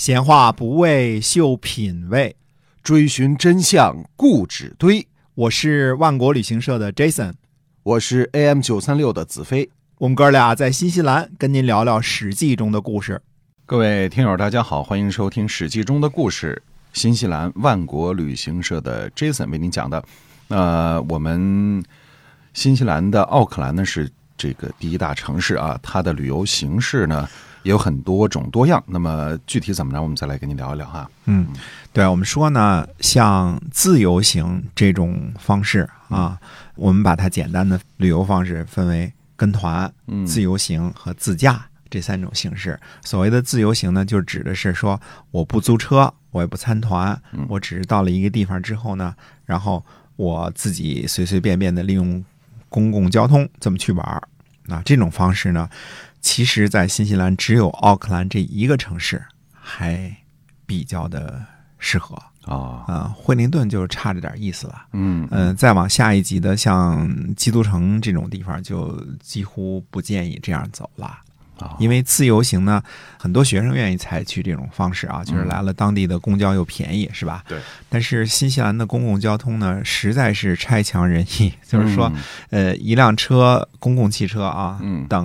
闲话不为秀品味， 追寻真相固执堆。 我是万国旅行社的 Jason， 我是 AM936 的子飞。 我们哥俩在新西兰跟您聊聊史记中的故事。 各位听友大家好，欢迎收听史记中的故事，新西兰万国旅行社的 Jason 为您讲的。我们新西兰的奥克兰呢是这个第一大城市啊，它的旅游形式呢也有很多种多样。那么具体怎么着，我们再来跟您聊一聊哈。 对，我们说呢，像自由行这种方式啊，我们把它简单的旅游方式分为跟团、自由行和自驾这三种形式。所谓的自由行呢，就指的是说我不租车，我也不参团，我只是到了一个地方之后呢，然后我自己随随便便的利用公共交通这么去玩。这种方式呢，其实在新西兰只有奥克兰这一个城市还比较的适合惠灵顿就差着点意思了。再往下一级的像基督城这种地方就几乎不建议这样走了。因为自由行呢，很多学生愿意采取这种方式啊，就是来了当地的公交又便宜，是吧？ 对。 但是新西兰的公共交通呢，实在是差强人意，就是说，一辆车，公共汽车啊，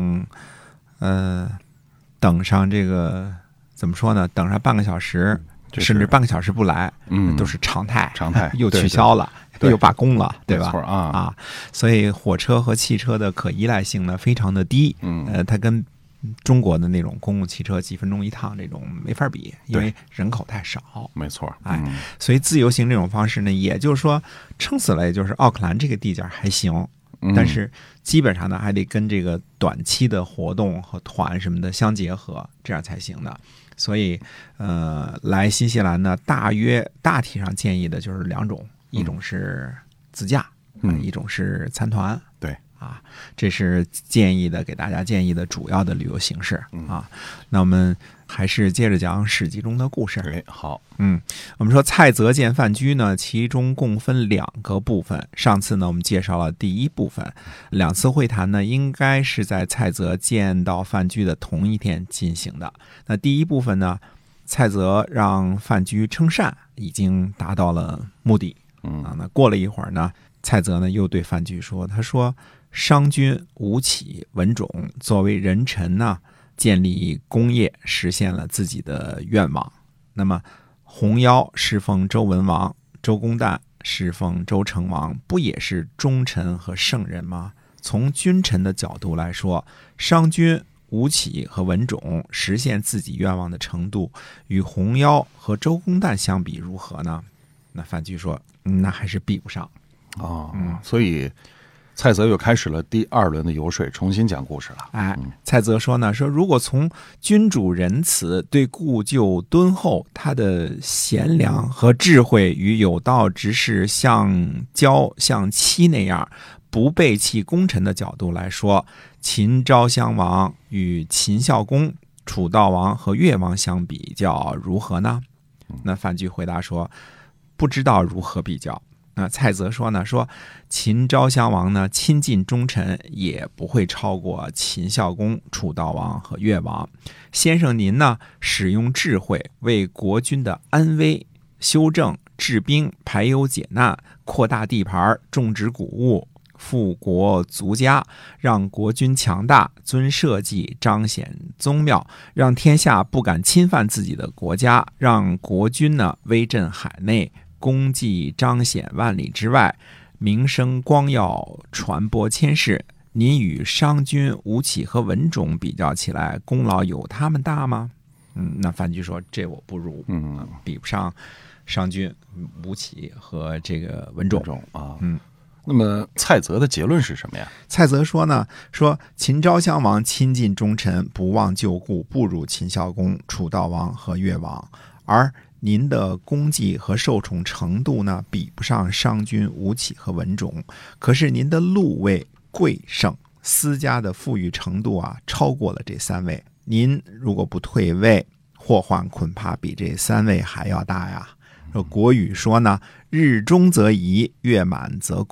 等上这个怎么说呢？等上半个小时，甚至半个小时不来，都是常态，又取消了。又罢工了，对吧？ 没错所以火车和汽车的可依赖性呢非常的低。它跟中国的那种公共汽车几分钟一趟这种没法比，因为人口太少。 没错。 所以自由行这种方式呢，也就是说撑死了，也就是奥克兰这个地界还行。但是基本上呢，还得跟这个短期的活动和团什么的相结合，这样才行的。所以来新西兰呢，大体上建议的就是两种。一种是自驾，一种是参团。 对这是给大家建议的主要的旅游形式那我们还是接着讲史记中的故事。 好， 我们说蔡泽见范雎呢，其中共分两个部分。上次呢，我们介绍了第一部分，两次会谈呢，应该是在蔡泽见到范雎的同一天进行的。那第一部分呢，蔡泽让范雎称善，已经达到了目的。那过了一会儿呢，蔡泽呢又对范雎说，他说商君吴起、文种作为人臣呢，建立功业，实现了自己的愿望。那么洪邀侍奉周文王，周公旦侍奉周成王，不也是忠臣和圣人吗？从君臣的角度来说，商君吴起和文种实现自己愿望的程度与洪邀和周公旦相比如何呢？那范雎说，那还是比不上。 所以蔡泽又开始了第二轮的游说，重新讲故事了。 蔡泽说呢，说如果从君主仁慈、对故旧敦厚，他的贤良和智慧与有道之士像交像期那样不背弃功臣的角度来说，秦昭襄王与秦孝公、楚悼王和越王相比较如何呢？那范雎回答说，不知道如何比较。那蔡泽说呢，说秦昭襄王呢亲近忠臣，也不会超过秦孝公、楚悼王和越王。先生您呢，使用智慧为国君的安危、修正、治兵、排忧解难、扩大地盘、种植谷物、富国足家，让国君强大，遵社稷，彰显宗庙，让天下不敢侵犯自己的国家，让国君呢威震海内，功绩彰显万里之外，名声光耀，传播千世。您与商君吴起和文种比较起来，功劳有他们大吗？那范雎说，这我不如，比不上商君吴起和这个文种那么蔡泽的结论是什么呀？ 蔡泽说呢，说秦昭襄王亲近忠臣，不忘旧故，不如秦孝公、楚悼王和越王，而您的功绩和受宠程度呢，比不上商君吴起和文种。可是您的禄位贵盛，私家的富裕程度超过了这三位。您如果不退位，祸患恐怕比这三位还要大呀。国语说呢，日中则移，月满则亏，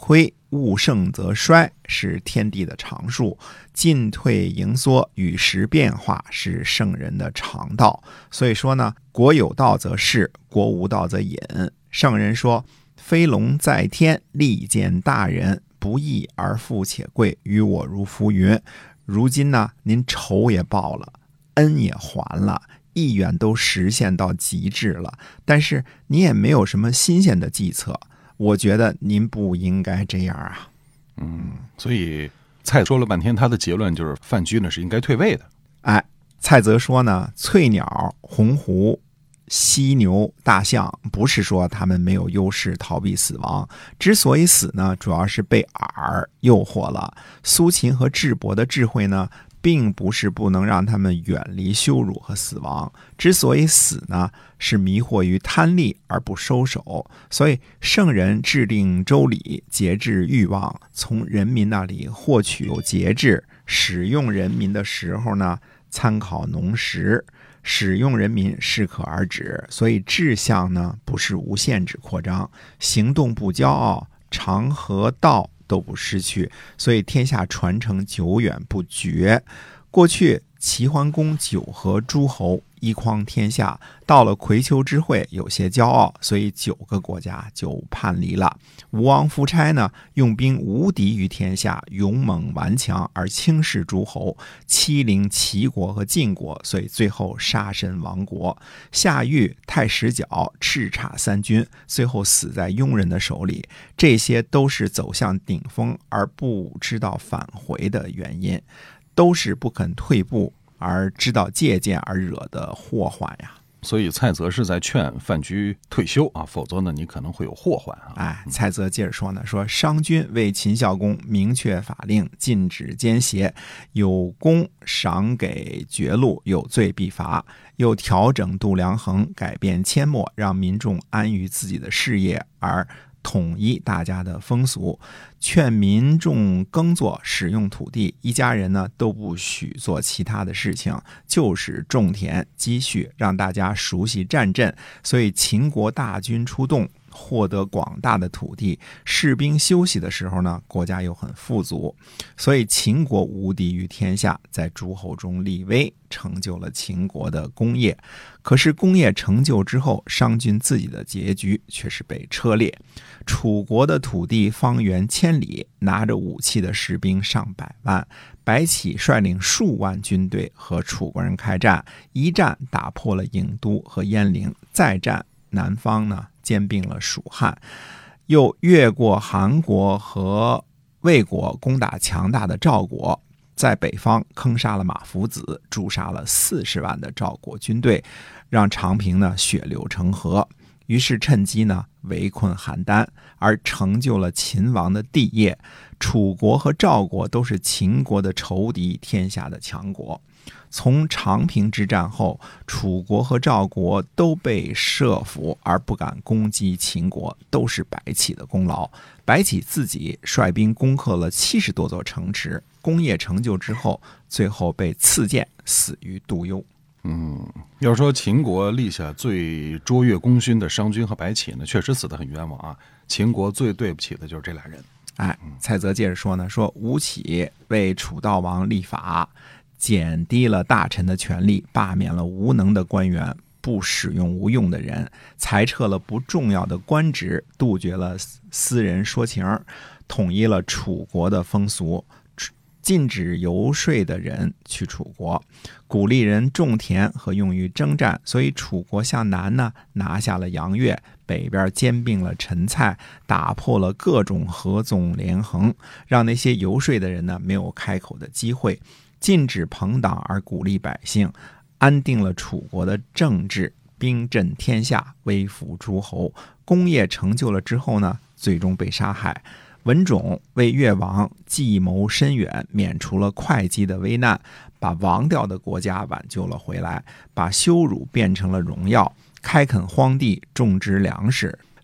物盛则衰是天地的常数，进退盈缩与时变化是圣人的常道。所以说呢，国有道则仕，国无道则隐。圣人说，飞龙在天，利见大人，不义而富且贵，于我如浮云。如今呢，您仇也报了，恩也还了，意愿都实现到极致了，但是你也没有什么新鲜的计策，我觉得您不应该这样啊。 所以蔡说了半天，他的结论就是范雎呢是应该退位的。 蔡则说呢，翠鸟、鸿鹄、犀牛、大象不是说他们没有优势逃避死亡，之所以死呢，主要是被饵诱惑了。苏秦和智伯的智慧呢，并不是不能让他们远离羞辱和死亡，之所以死呢，是迷惑于贪利而不收手。所以圣人制定周礼，节制欲望，从人民那里获取有节制，使用人民的时候呢，参考农时，使用人民适可而止。所以志向呢，不是无限制扩张，行动不骄傲，常和道都不失去，所以天下传承久远不绝。过去齐桓公9合诸侯，一匡天下，到了葵丘之会有些骄傲，所以9个国家就叛离了。吴王夫差呢，用兵无敌于天下，勇猛顽强而轻视诸侯，欺凌齐国和晋国，所以最后杀身亡国。夏禹、太史角、叱咤3军，最后死在庸人的手里。这些都是走向顶峰而不知道返回的原因，都是不肯退步而知道借鉴而惹的祸患呀。 所以蔡泽是在劝范雎退休啊，否则呢你可能会有祸患啊。 蔡泽接着说呢，说商君为秦孝公明确法令，禁止奸邪，有功赏给爵禄，有罪必罚，又调整度量衡，改变阡陌，让民众安于自己的事业，而统一大家的风俗，劝民众耕作使用土地，一家人呢都不许做其他的事情，就是种田积蓄，让大家熟悉战阵。所以秦国大军出动，获得广大的土地，士兵休息的时候呢，国家又很富足，所以秦国无敌于天下，在诸侯中立威，成就了秦国的功业。可是功业成就之后，商君自己的结局却是被车裂。楚国的土地方圆1000里，拿着武器的士兵上百万，白起率领数万军队和楚国人开战，一战打破了郢都和鄢陵，再战南方呢兼并了蜀汉，又越过韩国和魏国攻打强大的赵国，在北方坑杀了马夫子，诛杀了40万的赵国军队，让长平呢血流成河。于是趁机呢围困邯郸，而成就了秦王的帝业。楚国和赵国都是秦国的仇敌，天下的强国。从长平之战后，楚国和赵国都被慑服而不敢攻击秦国，都是白起的功劳。白起自己率兵攻克了70多座城池，功业成就之后，最后被赐剑，死于杜幽。 要说秦国立下最卓越功勋的商君和白起呢，确实死得很冤枉啊。秦国最对不起的就是这俩人。 蔡泽接着说呢，说吴起为楚悼王立法，减低了大臣的权力，罢免了无能的官员，不使用无用的人，裁撤了不重要的官职，杜绝了私人说情，统一了楚国的风俗，禁止游说的人去楚国，鼓励人种田和用于征战。所以楚国向南呢拿下了阳越，北边兼并了陈蔡，打破了各种合纵连横，让那些游说的人呢没有开口的机会，禁止朋党而鼓励百姓，安定了楚国的政治，兵震天下，威服诸侯。功业成就了之后呢，最终被杀害。文种为越王计谋深远，免除了会稽的危难，把亡掉的国家挽救了回来，把羞辱变成了荣耀，开垦荒地，种植粮食，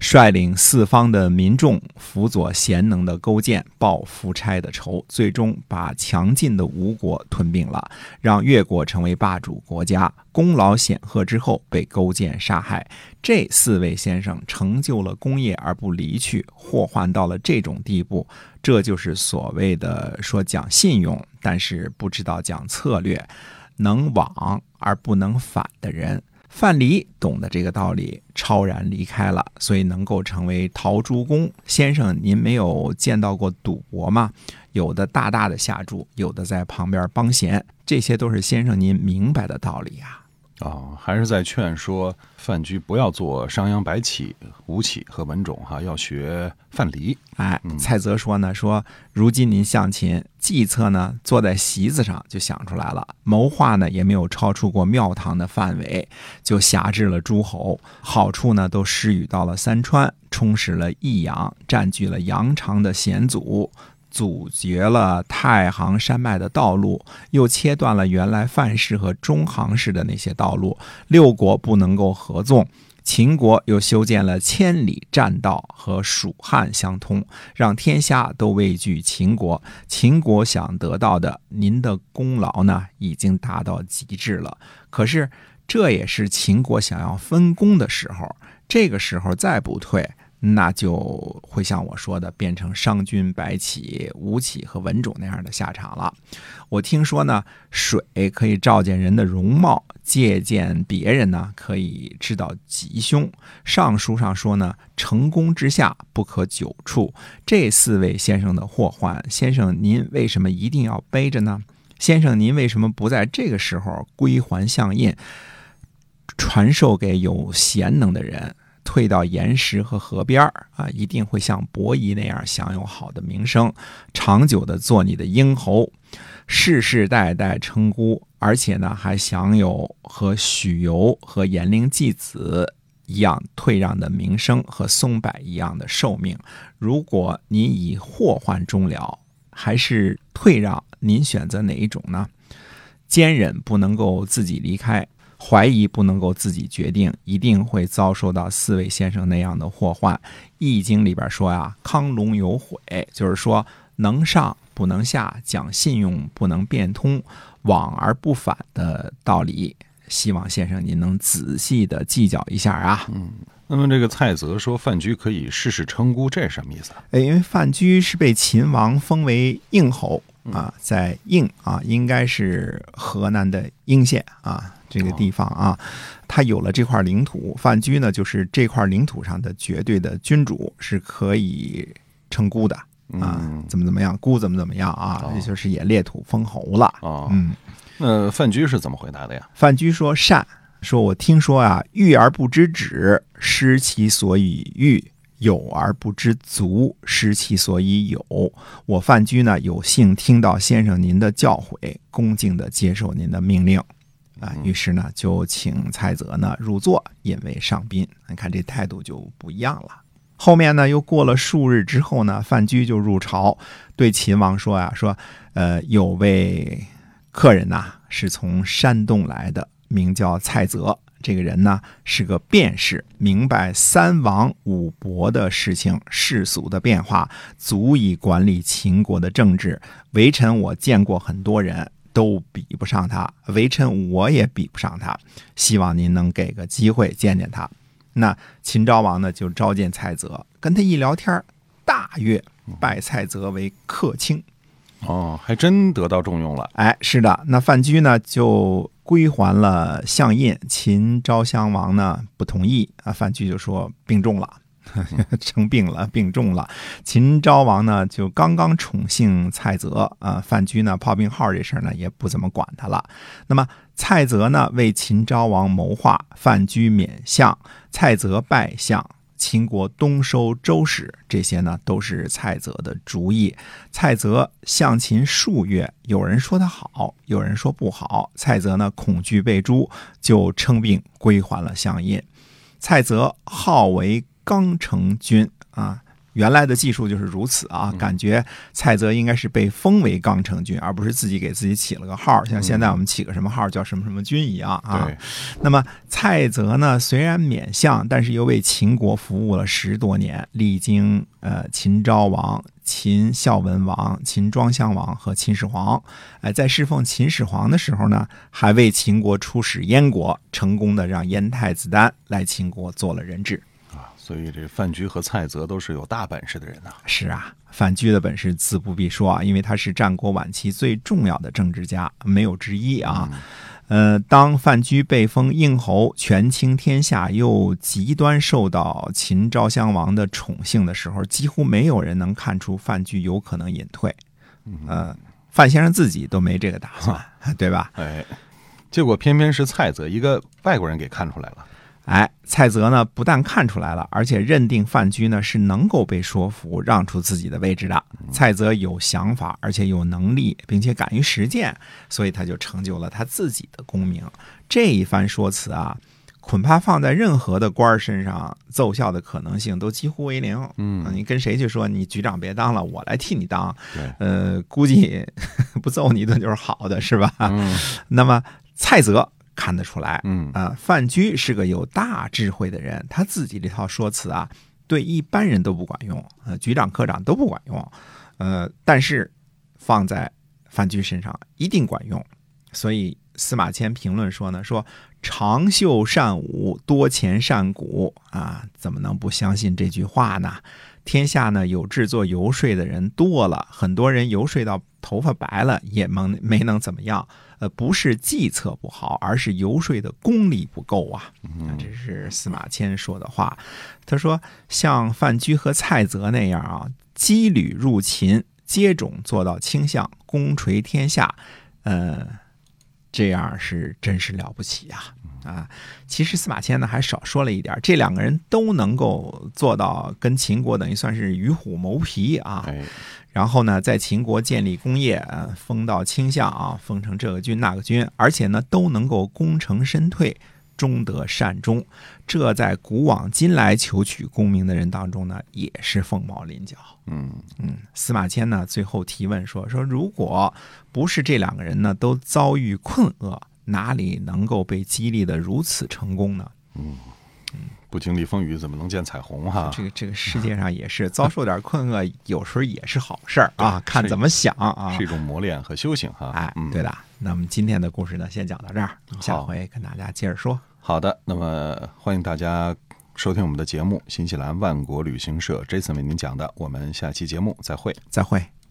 率领四方的民众辅佐贤能的勾践报夫差的仇，最终把强劲的吴国吞并了，让越国成为霸主国家，功劳显赫之后被勾践杀害。这4位先生成就了功业而不离去，祸患到了这种地步，这就是所谓的说讲信用，但是不知道讲策略，能往而不能反的人。范蠡懂得这个道理，超然离开了，所以能够成为陶朱公。先生，您没有见到过赌博吗？有的大大的下注，有的在旁边帮闲，这些都是先生您明白的道理啊。 还是在劝说范雎不要做商鞅、白起、吴起和文种哈，要学范蠡。 蔡泽说呢，说如今您向秦，计策呢坐在席子上就想出来了，谋划呢也没有超出过庙堂的范围，就辖制了诸侯，好处呢都施予到了三川，充实了益阳，占据了阳长的险阻，阻绝了太行山脉的道路，又切断了原来范氏和中行氏的那些道路，6国不能够合纵。秦国又修建了千里栈道和蜀汉相通，让天下都畏惧秦国。秦国想得到的，您的功劳呢已经达到极致了。可是这也是秦国想要分功的时候，这个时候再不退，那就会像我说的变成商均、白起、吴起和文种那样的下场了。我听说呢，水可以照见人的容貌，借鉴别人呢可以知道吉凶。上书上说呢，成功之下不可久处。这4位先生的祸患，先生您为什么一定要背着呢？先生您为什么不在这个时候归还相印，传授给有贤能的人，退到岩石和河边一定会像伯夷那样享有好的名声，长久的做你的英侯，世世代代称孤，而且呢还享有和许由和颜陵季子一样退让的名声，和松柏一样的寿命。如果您以祸患终了，还是退让，您选择哪一种呢？坚忍不能够自己离开，怀疑不能够自己决定，一定会遭受到4位先生那样的祸患。易经里边说呀，康龙有悔，就是说能上不能下，讲信用不能变通，往而不返的道理。希望先生您能仔细的计较一下啊。 那么这个蔡泽说范雎可以世世称孤，这是什么意思？ 因为范雎是被秦王封为应侯在应应该是河南的应县这个地方他有了这块领土，范雎呢就是这块领土上的绝对的君主，是可以称孤的怎么样，孤怎么样也就是也列土封侯了那范雎是怎么回答的呀？ 范雎说善，说我听说欲而不知止，失其所以欲；有而不知足，失其所以有。我范雎呢有幸听到先生您的教诲，恭敬地接受您的命令于是呢就请蔡泽呢入座，引为上宾。你看这态度就不一样了。后面呢又过了数日之后呢，范雎就入朝，对秦王说有位客人是从山东来的，名叫蔡泽。这个人呢是个辩士，明白3王5伯的事情，世俗的变化，足以管理秦国的政治。微臣我见过很多人，都比不上他，微臣我也比不上他，希望您能给个机会见见他。那秦昭王呢就召见蔡泽，跟他一聊天，大悦，拜蔡泽为客卿。 还真得到重用了。 是的，那范雎呢就归还了相印，秦昭襄王呢不同意范雎就说病重了生病了，病重了。秦昭王呢就刚刚宠幸蔡泽范雎呢泡病号这事呢也不怎么管他了。那么蔡泽呢为秦昭王谋划，范雎免相，蔡泽拜相，秦国东收周史，这些呢都是蔡泽的主意。蔡泽向秦数月，有人说他好，有人说不好。蔡泽呢恐惧被诛，就称病归还了相印。蔡泽号为刚成君原来的技术就是如此啊，感觉蔡泽应该是被封为刚成军，而不是自己给自己起了个号，像现在我们起个什么号叫什么什么军一样啊。那么蔡泽呢，虽然免相，但是又为秦国服务了10多年，历经秦昭王、秦孝文王、秦庄襄王和秦始皇。在侍奉秦始皇的时候呢，还为秦国出使燕国，成功的让燕太子丹来秦国做了人质。 所以这范雎和蔡泽都是有大本事的人呐。 是啊，范雎的本事自不必说啊，因为他是战国晚期最重要的政治家，没有之一啊。当范雎被封应侯，权倾天下，又极端受到秦昭襄王的宠幸的时候，几乎没有人能看出范雎有可能隐退。范先生自己都没这个打算，对吧？ 结果偏偏是蔡泽一个外国人给看出来了。 蔡泽呢不但看出来了，而且认定范雎呢是能够被说服让出自己的位置的。蔡泽有想法，而且有能力，并且敢于实践，所以他就成就了他自己的功名。这一番说辞啊，恐怕放在任何的官身上，奏效的可能性都几乎为零。你跟谁去说你局长别当了，我来替你当，估计不揍你一顿就是好的，是吧？那么蔡泽看得出来，范雎是个有大智慧的人，他自己这套说辞啊，对一般人都不管用，局长科长都不管用，但是放在范雎身上一定管用。所以司马迁评论说呢，说长袖善舞，多钱善鼓啊，怎么能不相信这句话呢？天下呢有志做游说的人多了，很多人游说到头发白了也没能怎么样，不是计策不好，而是游说的功力不够啊。这是司马迁说的话。他说像范雎和蔡泽那样啊，羁旅入秦，接踵做到卿相，功垂天下，这样是真是了不起啊！其实司马迁呢还少说了一点，这两个人都能够做到跟秦国等于算是与虎谋皮啊。然后呢，在秦国建立功业，封到卿相啊，封成这个军那个军，而且呢都能够功成身退，终得善终。这在古往今来求取功名的人当中呢，也是凤毛麟角。司马迁呢最后提问说如果不是这两个人呢都遭遇困厄，哪里能够被激励的如此成功呢？ 不经历风雨怎么能见彩虹哈？ 这个世界上也是遭受点困厄，有时候也是好事儿啊，看怎么想啊， 是一种磨练和修行哈。 对的。那么今天的故事呢，先讲到这儿，下回跟大家接着说。 好的，那么欢迎大家收听我们的节目，新西兰万国旅行社 Jason 为您讲的，我们下期节目再会。